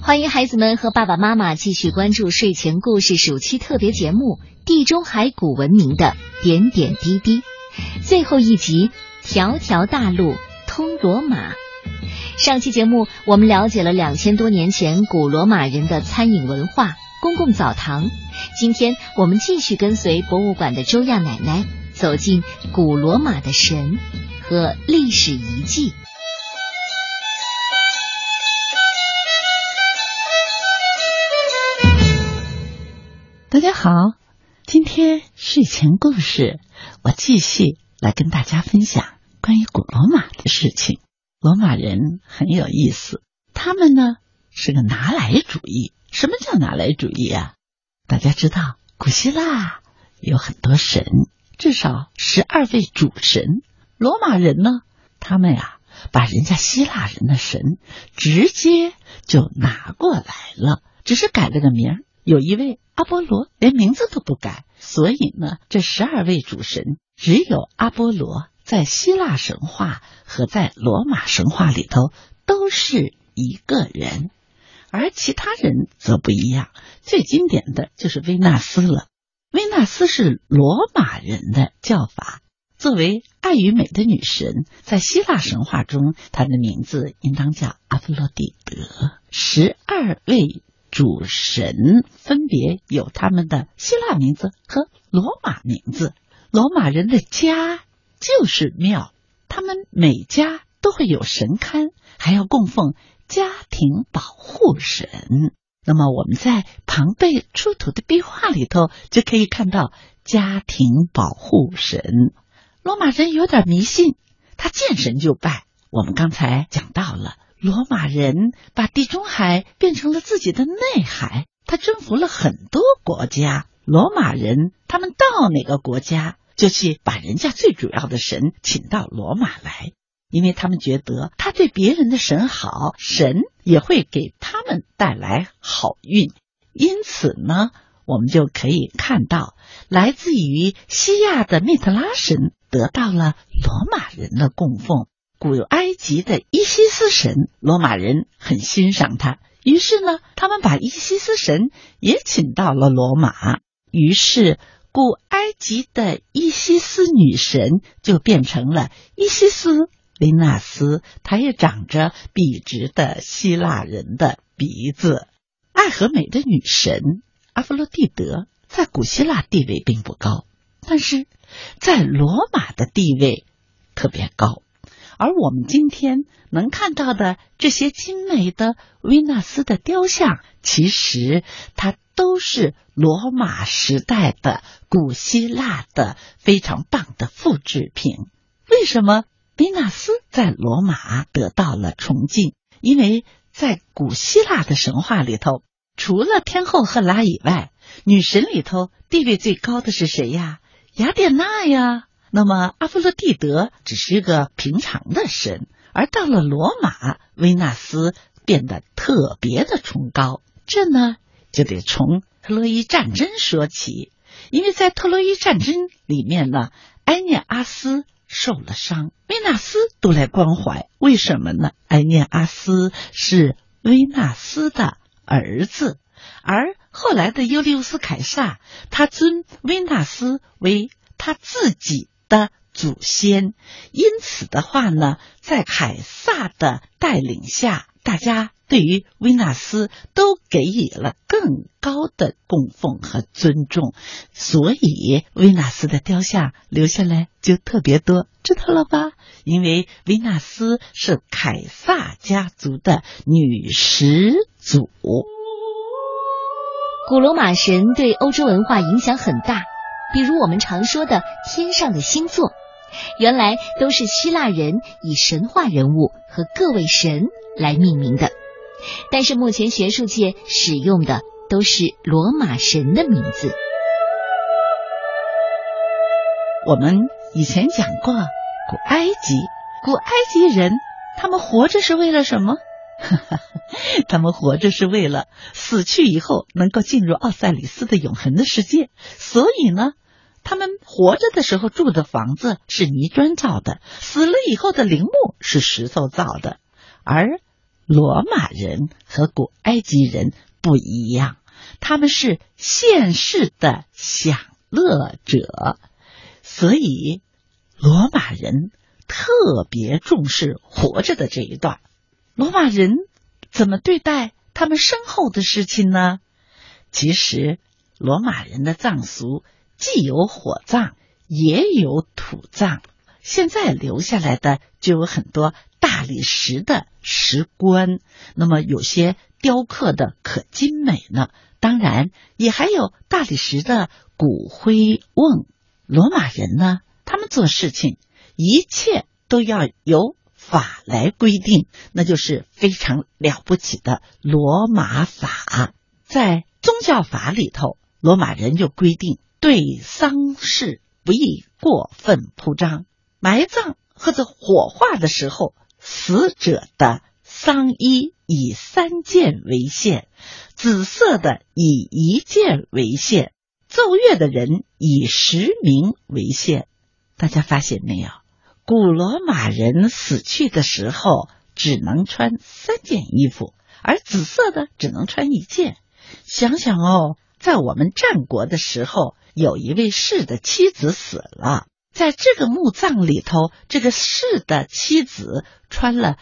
欢迎孩子们和爸爸妈妈继续关注睡前故事暑期特别节目《地中海古文明的点点滴滴》，最后一集条条大路通罗马。上期节目我们了解了2000多年前古罗马人的餐饮文化、公共澡堂。今天我们继续跟随博物馆的周亚奶奶走进古罗马的神和历史遗迹。 大家好，今天睡前故事我继续来跟大家分享关于古罗马的事情。罗马人很有意思，他们呢是个拿来主义。什么叫拿来主义啊？大家知道古希腊有很多神，至少12位主神。罗马人呢，他们把人家希腊人的神直接就拿过来了，只是改了个名儿。有一位阿波罗连名字都不改，所以呢，这12位主神只有阿波罗在希腊神话和在罗马神话里头都是一个人，而其他人则不一样。最经典的就是维纳斯了。维纳斯是罗马人的叫法，作为爱与美的女神，在希腊神话中她的名字应当叫阿弗洛狄德。12位主神分别有他们的希腊名字和罗马名字。罗马人的家就是庙，他们每家都会有神龛，还要供奉家庭保护神。那么我们在庞贝出土的壁画里头就可以看到家庭保护神。罗马人有点迷信，他见神就拜。我们刚才讲到了罗马人把地中海变成了自己的内海，他征服了很多国家。罗马人他们到哪个国家就去把人家最主要的神请到罗马来，因为他们觉得他对别人的神好，神也会给他们带来好运。因此呢，我们就可以看到来自于西亚的密特拉神得到了罗马人的供奉。古埃及的伊西斯神，罗马人很欣赏他，于是呢，他们把伊西斯神也请到了罗马。于是古埃及的伊西斯女神就变成了伊西斯维纳斯，她也长着笔直的希腊人的鼻子。爱和美的女神阿弗洛狄德在古希腊地位并不高，但是在罗马的地位特别高。而我们今天能看到的这些精美的维纳斯的雕像，其实它都是罗马时代的古希腊的非常棒的复制品。为什么维纳斯在罗马得到了崇敬？因为在古希腊的神话里头，除了天后赫拉以外，女神里头地位最高的是谁呀？雅典娜呀。那么阿弗洛狄德只是个平常的神，而到了罗马，维纳斯变得特别的崇高。这呢就得从特洛伊战争说起，因为在特洛伊战争里面呢，埃涅阿斯受了伤，维纳斯都来关怀。为什么呢？埃涅阿斯是维纳斯的儿子，而后来的尤利乌斯凯撒他尊维纳斯为他自己的祖先，因此的话呢，在凯撒的带领下，大家对于维纳斯都给予了更高的供奉和尊重，所以维纳斯的雕像留下来就特别多，知道了吧？因为维纳斯是凯撒家族的女始祖。 古罗马神对欧洲文化影响很大，比如我们常说的天上的星座，原来都是希腊人以神话人物和各位神来命名的，但是目前学术界使用的都是罗马神的名字。 我们以前讲过古埃及人他们活着是为了什么？他们活着是为了死去以后能够进入奥赛里斯的永恒的世界，所以呢，他们活着的时候住的房子是泥砖造的，死了以后的陵墓是石头造的。而罗马人和古埃及人不一样，他们是现世的享乐者，所以罗马人特别重视活着的这一段。罗马人怎么对待他们身后的事情呢？其实罗马人的葬俗既有火葬也有土葬，现在留下来的就有很多大理石的石棺，那么有些雕刻的可精美呢，当然也还有大理石的骨灰瓮。罗马人呢，他们做事情一切都要由法来规定，那就是非常了不起的罗马法。在宗教法里头，罗马人就规定对丧事不宜过分铺张，埋葬或者火化的时候，死者的丧衣以3件为限，紫色的以1件为限，奏乐的人以10名为限。大家发现没有？古罗马人死去的时候只能穿3件衣服，而紫色的只能穿1件。想想哦，在我们战国的时候，有一位士的妻子死了，在这个墓葬里头，这个士的妻子穿了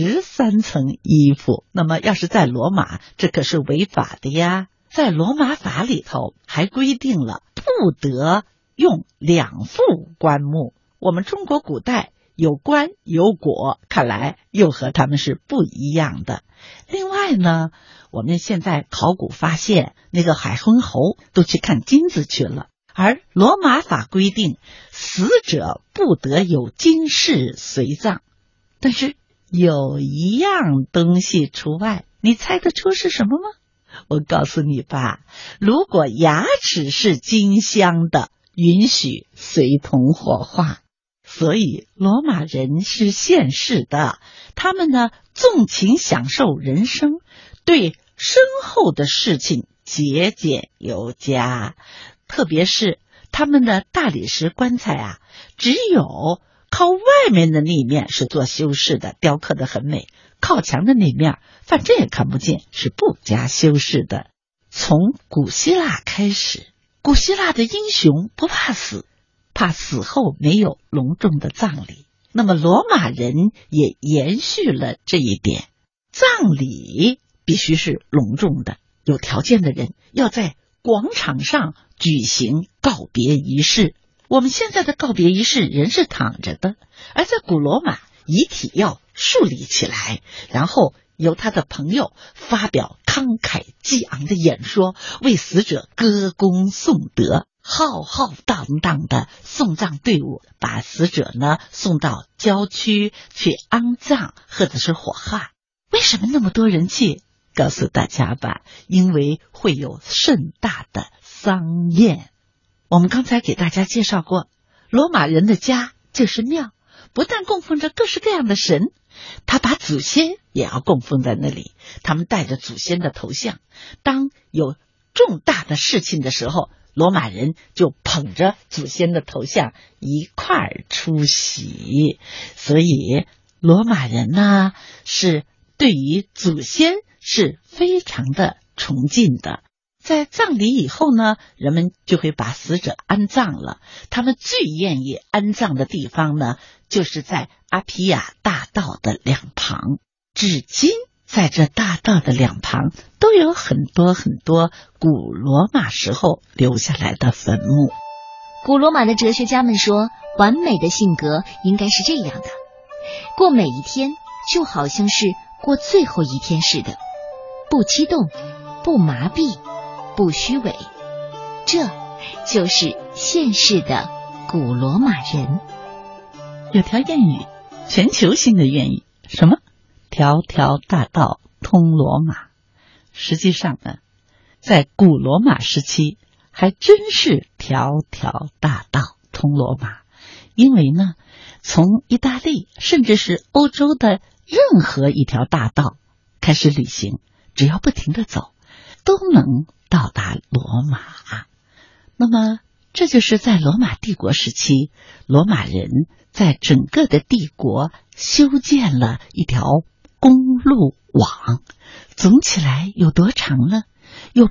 13层衣服。那么要是在罗马，这可是违法的呀。在罗马法里头还规定了不得用2副棺木。我们中国古代有棺有椁，看来又和他们是不一样的。另外呢，我们现在考古发现，那个海昏侯都去看金子去了，而罗马法规定死者不得有金饰随葬，但是有一样东西除外，你猜得出是什么吗？我告诉你吧，如果牙齿是金镶的，允许随同火化。所以罗马人是现世的，他们呢纵情享受人生，对身后的事情节俭有加。特别是他们的大理石棺材啊，只有靠外面的那一面是做修饰的，雕刻的很美，靠墙的那面反正也看不见，是不加修饰的。从古希腊开始，古希腊的英雄不怕死，怕死后没有隆重的葬礼。那么罗马人也延续了这一点，葬礼必须是隆重的，有条件的人要在广场上举行告别仪式。我们现在的告别仪式人是躺着的，而在古罗马遗体要竖立起来，然后由他的朋友发表慷慨激昂的演说，为死者歌功颂德，浩浩荡荡的送葬队伍把死者呢送到郊区去安葬或者是火化。为什么那么多人去？告诉大家吧，因为会有盛大的丧宴。我们刚才给大家介绍过，罗马人的家就是庙，不但供奉着各式各样的神，他把祖先也要供奉在那里，他们带着祖先的头像，当有重大的事情的时候，罗马人就捧着祖先的头像一块儿出席。所以罗马人呢，是对于祖先是非常的崇敬的。在葬礼以后呢，人们就会把死者安葬了。他们最愿意安葬的地方呢，就是在阿皮亚大道的两旁。至今在这大道的两旁都有很多很多古罗马时候留下来的坟墓。 古罗马的哲学家们说，完美的性格应该是这样的：过每一天就好像是过最后一天似的，不激动，不麻痹，不虚伪。这就是现世的古罗马人。 有条谚语，全球性的谚语，什么？条条大道通罗马。实际上呢，在古罗马时期还真是条条大道通罗马。因为呢，从意大利甚至是欧洲的任何一条大道开始旅行，只要不停地走，都能到达罗马。那么这就是在罗马帝国时期，罗马人在整个的帝国修建了一条公路网，总起来有多长呢？有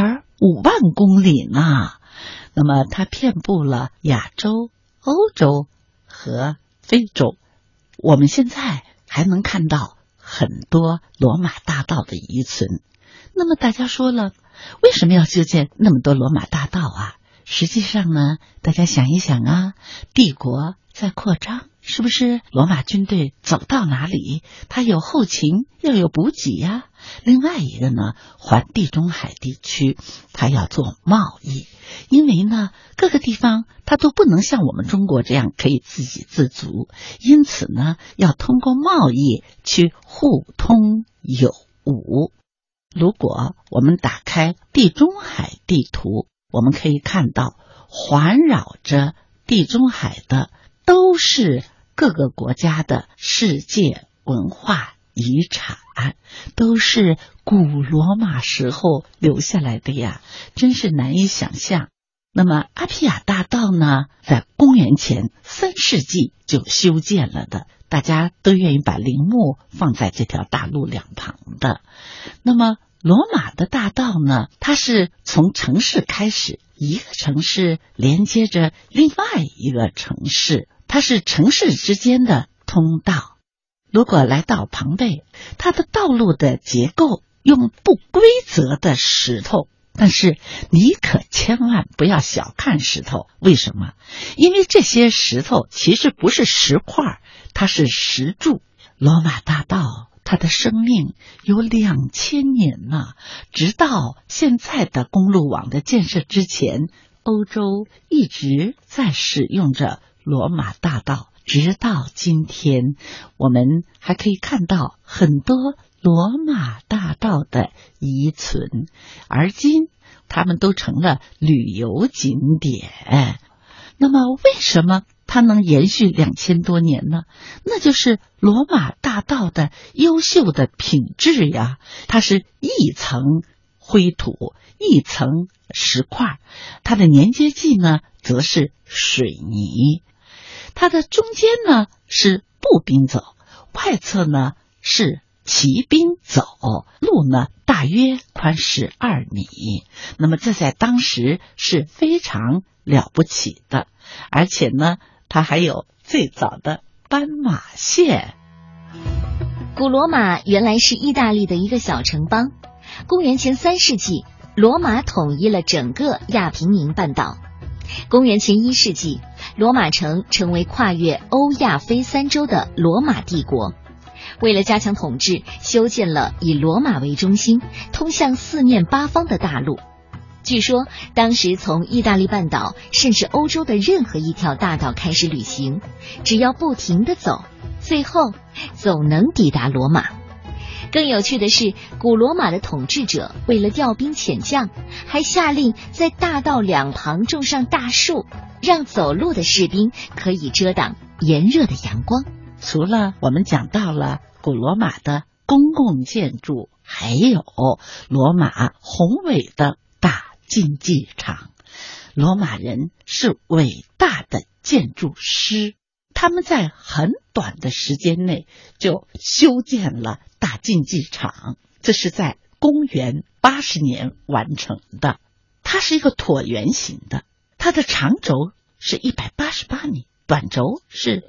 8.5万公里呢。那么它遍布了亚洲、欧洲和非洲。我们现在还能看到很多罗马大道的遗存。那么大家说了，为什么要修建那么多罗马大道啊？实际上呢，大家想一想啊，帝国在扩张，是不是罗马军队走到哪里，它有后勤，要有补给呀。另外一个呢，环地中海地区，它要做贸易，因为呢，各个地方它都不能像我们中国这样可以自给自足，因此呢，要通过贸易去互通有无。如果我们打开地中海地图，我们可以看到环绕着地中海的都是各个国家的世界文化遗产，都是古罗马时候留下来的呀，真是难以想象。那么阿皮亚大道呢，在公元前3世纪就修建了的，大家都愿意把陵墓放在这条大路两旁的。那么罗马的大道呢，它是从城市开始，一个城市连接着另外一个城市，它是城市之间的通道。如果来到庞贝，它的道路的结构用不规则的石头，但是你可千万不要小看石头。为什么？因为这些石头其实不是石块，它是石柱。罗马大道它的生命有2000年呢，直到现在的公路网的建设之前，欧洲一直在使用着罗马大道。直到今天，我们还可以看到很多罗马大道的遗存，而今它们都成了旅游景点。那么为什么它能延续2000多年呢？那就是罗马大道的优秀的品质呀，它是一层灰土，一层石块，它的粘接剂呢则是水泥。它的中间呢是步兵走，外侧呢是骑兵走，路呢大约宽12米。那么这在当时是非常了不起的，而且呢，它还有最早的斑马线。 古罗马原来是意大利的一个小城邦，公元前3世纪，罗马统一了整个亚平宁半岛。公元前1世纪，罗马城成为跨越欧亚非3洲的罗马帝国。为了加强统治，修建了以罗马为中心，通向4面8方的大路。据说，当时从意大利半岛甚至欧洲的任何一条大道开始旅行，只要不停地走，最后总能抵达罗马。更有趣的是，古罗马的统治者为了调兵遣将，还下令在大道两旁种上大树，让走路的士兵可以遮挡炎热的阳光。 除了我们讲到了古罗马的公共建筑，还有罗马宏伟的大竞技场。罗马人是伟大的建筑师，他们在很短的时间内就修建了大竞技场，这是在公元80年完成的。它是一个椭圆形的，它的长轴是188米，短轴是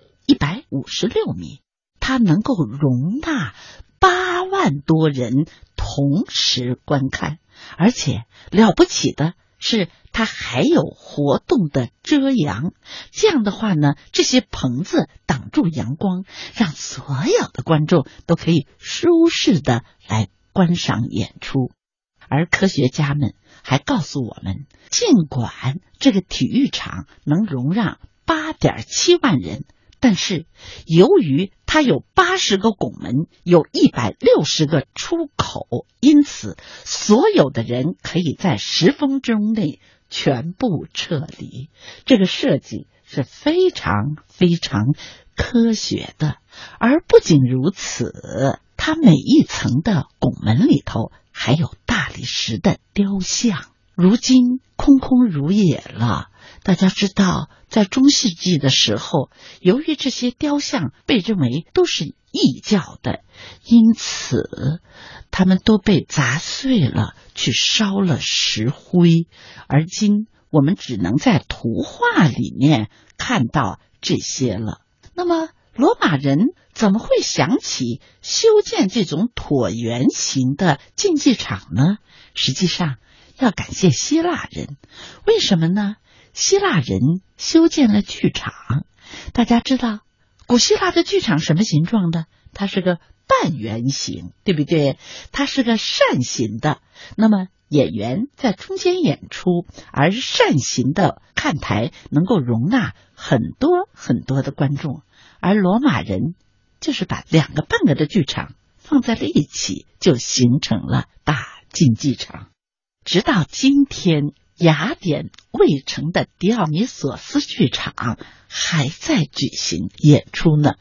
156米，它能够容纳8万多人同时观看，而且了不起的是它还有活动的遮阳。这样的话呢，这些棚子挡住阳光，让所有的观众都可以舒适的来观赏演出。而科学家们还告诉我们，尽管这个体育场能容让8.7万人，但是由于它有80个拱门，有160个出口，因此所有的人可以在10分钟内全部撤离。这个设计是非常非常科学的。而不仅如此，它每一层的拱门里头还有大理石的雕像，如今空空如也了。大家知道，在中世纪的时候，由于这些雕像被认为都是异教的，因此他们都被砸碎了，去烧了石灰。而今我们只能在图画里面看到这些了。那么罗马人怎么会想起修建这种椭圆形的竞技场呢？实际上要感谢希腊人。为什么呢？希腊人修建了剧场。大家知道古希腊的剧场什么形状的？它是个半圆形，对不对？它是个扇形的，那么演员在中间演出，而扇形的看台能够容纳很多很多的观众。而罗马人就是把2个半个的剧场放在了一起，就形成了大竞技场。直到今天，雅典卫城的狄奥尼索斯剧场还在举行演出呢。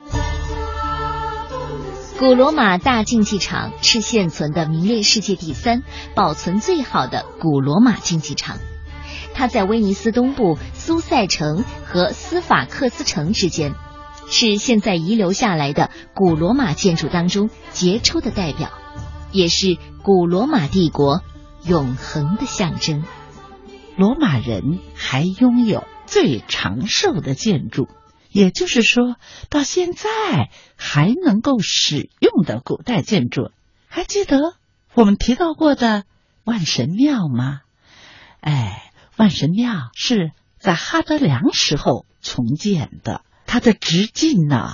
古罗马大竞技场是现存的名列世界第3、保存最好的古罗马竞技场。它在威尼斯东部苏塞城和斯法克斯城之间，是现在遗留下来的古罗马建筑当中杰出的代表，也是古罗马帝国永恒的象征。 罗马人还拥有最长寿的建筑，也就是说到现在还能够使用的古代建筑。还记得我们提到过的万神庙吗？万神庙是在哈德良时候重建的，它的直径呢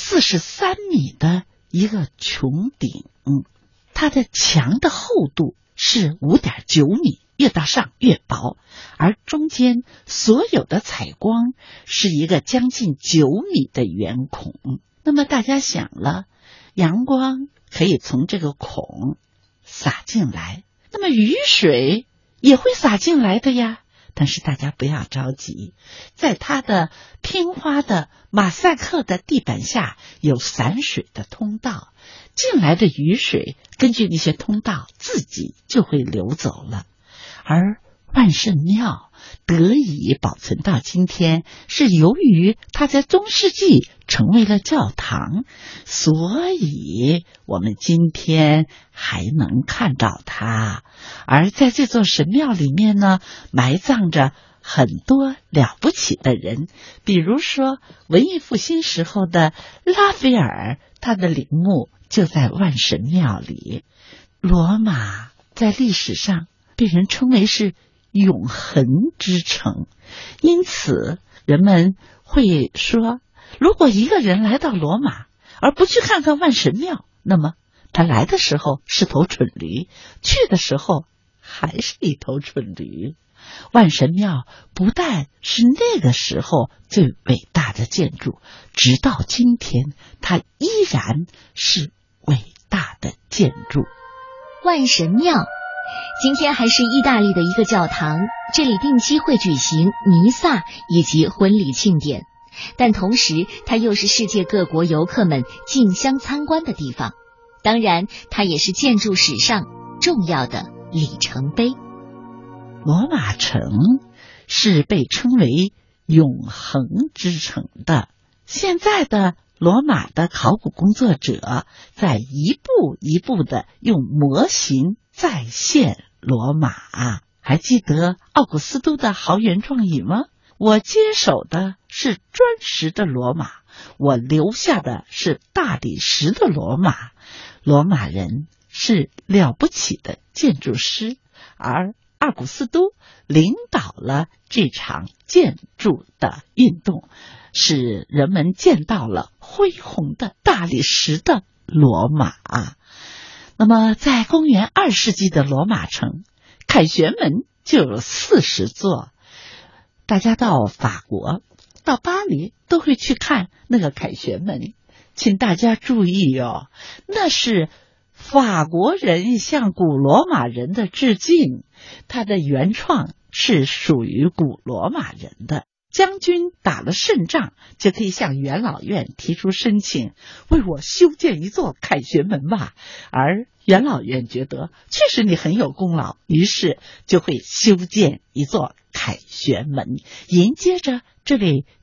43米的一个穹顶，它的墙的厚度是5.9米，越到上越薄，而中间所有的采光是一个将近9米的圆孔。那么大家想了，阳光可以从这个孔洒进来，那么雨水也会洒进来的呀。但是大家不要着急，在它的拼花的马赛克的地板下有散水的通道，进来的雨水根据那些通道自己就会流走了。而万圣庙得以保存到今天，是由于它在中世纪成为了教堂，所以我们今天还能看到它。而在这座神庙里面呢，埋葬着很多了不起的人，比如说文艺复兴时候的拉斐尔，他的陵墓就在万神庙里。罗马在历史上被人称为是永恒之城，因此人们会说，如果一个人来到罗马而不去看看万神庙，那么他来的时候是头蠢驴，去的时候还是一头蠢驴。万神庙不但是那个时候最伟大的建筑，直到今天它依然是伟大的建筑。 万神庙今天还是意大利的一个教堂，这里定期会举行弥撒以及婚礼庆典，但同时它又是世界各国游客们竞相参观的地方。当然，它也是建筑史上重要的里程碑。 罗马城是被称为永恒之城的。现在的罗马的考古工作者在一步一步的用模型再现罗马。还记得奥古斯都的豪言壮语吗？我接手的是砖石的罗马，我留下的是大理石的罗马。罗马人是了不起的建筑师，而奥古斯都领导了这场建筑的运动，使人们见到了恢宏的大理石的罗马。那么在公元2世纪的罗马城，凯旋门就有40座。大家到法国到巴黎都会去看那个凯旋门，请大家注意那是法国人向古罗马人的致敬，它的原创是属于古罗马人的。将军打了胜仗，就可以向元老院提出申请，为我修建一座凯旋门吧。而元老院觉得确实你很有功劳，于是就会修建一座凯旋门，迎接着这位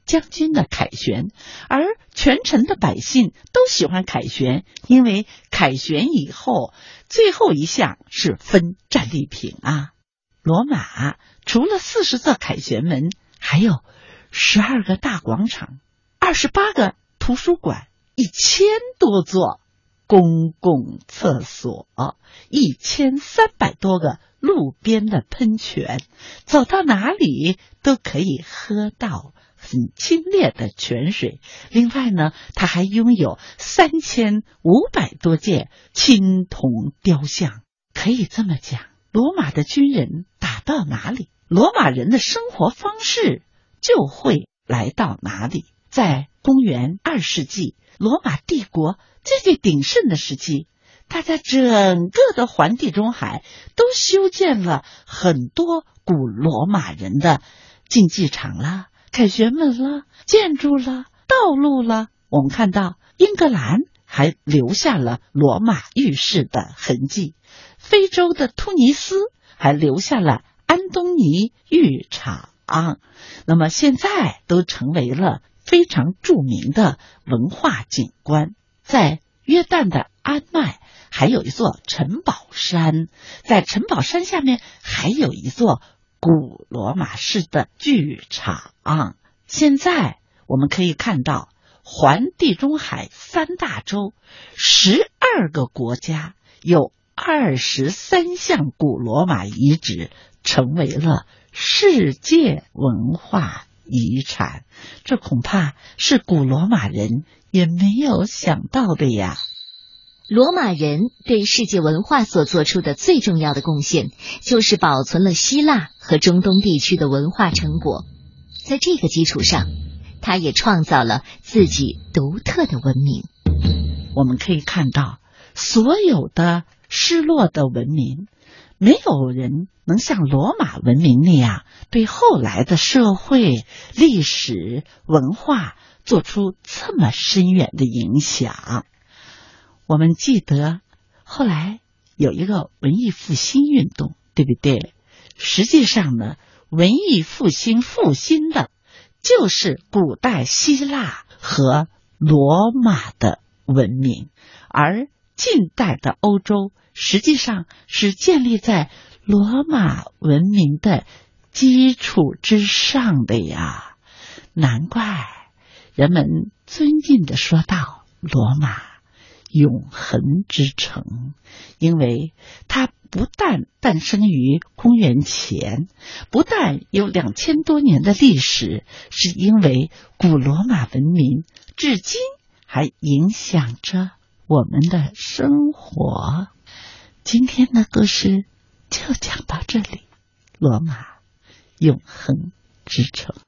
将军的凯旋，而全城的百姓都喜欢凯旋，因为凯旋以后最后一项是分战利品啊。罗马除了40座凯旋门，还有12个大广场、28个图书馆、1000多座公共厕所、1300多个路边的喷泉，走到哪里都可以喝到很清冽的泉水。另外呢，它还拥有3500多件青铜雕像。可以这么讲，罗马的军人打到哪里，罗马人的生活方式就会来到哪里。在公元2世纪，罗马帝国最鼎盛的时期，它在整个的环地中海都修建了很多古罗马人的竞技场啦、凯旋门啦、建筑啦、道路啦。我们看到英格兰还留下了罗马浴室的痕迹，非洲的突尼斯还留下了安东尼浴场。那么现在都成为了非常著名的文化景观。在约旦的安麦还有一座城堡山，在城堡山下面还有一座古罗马式的剧场。现在我们可以看到，环地中海3大洲12个国家有23项古罗马遗址成为了世界文化遗产，这恐怕是古罗马人也没有想到的呀。 罗马人对世界文化所做出的最重要的贡献，就是保存了希腊和中东地区的文化成果。在这个基础上，他也创造了自己独特的文明。 我们可以看到，所有的失落的文明，没有人能像罗马文明那样对后来的社会、历史、文化做出这么深远的影响。我们记得后来有一个文艺复兴运动，对不对？实际上呢，文艺复兴的就是古代希腊和罗马的文明，而近代的欧洲实际上是建立在罗马文明的基础之上的呀。难怪人们尊敬地说道，罗马永恒之城，因为它不但诞生于公元前，不但有2000多年的历史，是因为古罗马文明至今还影响着我们的生活。今天的故事就讲到这里，罗马永恒之城。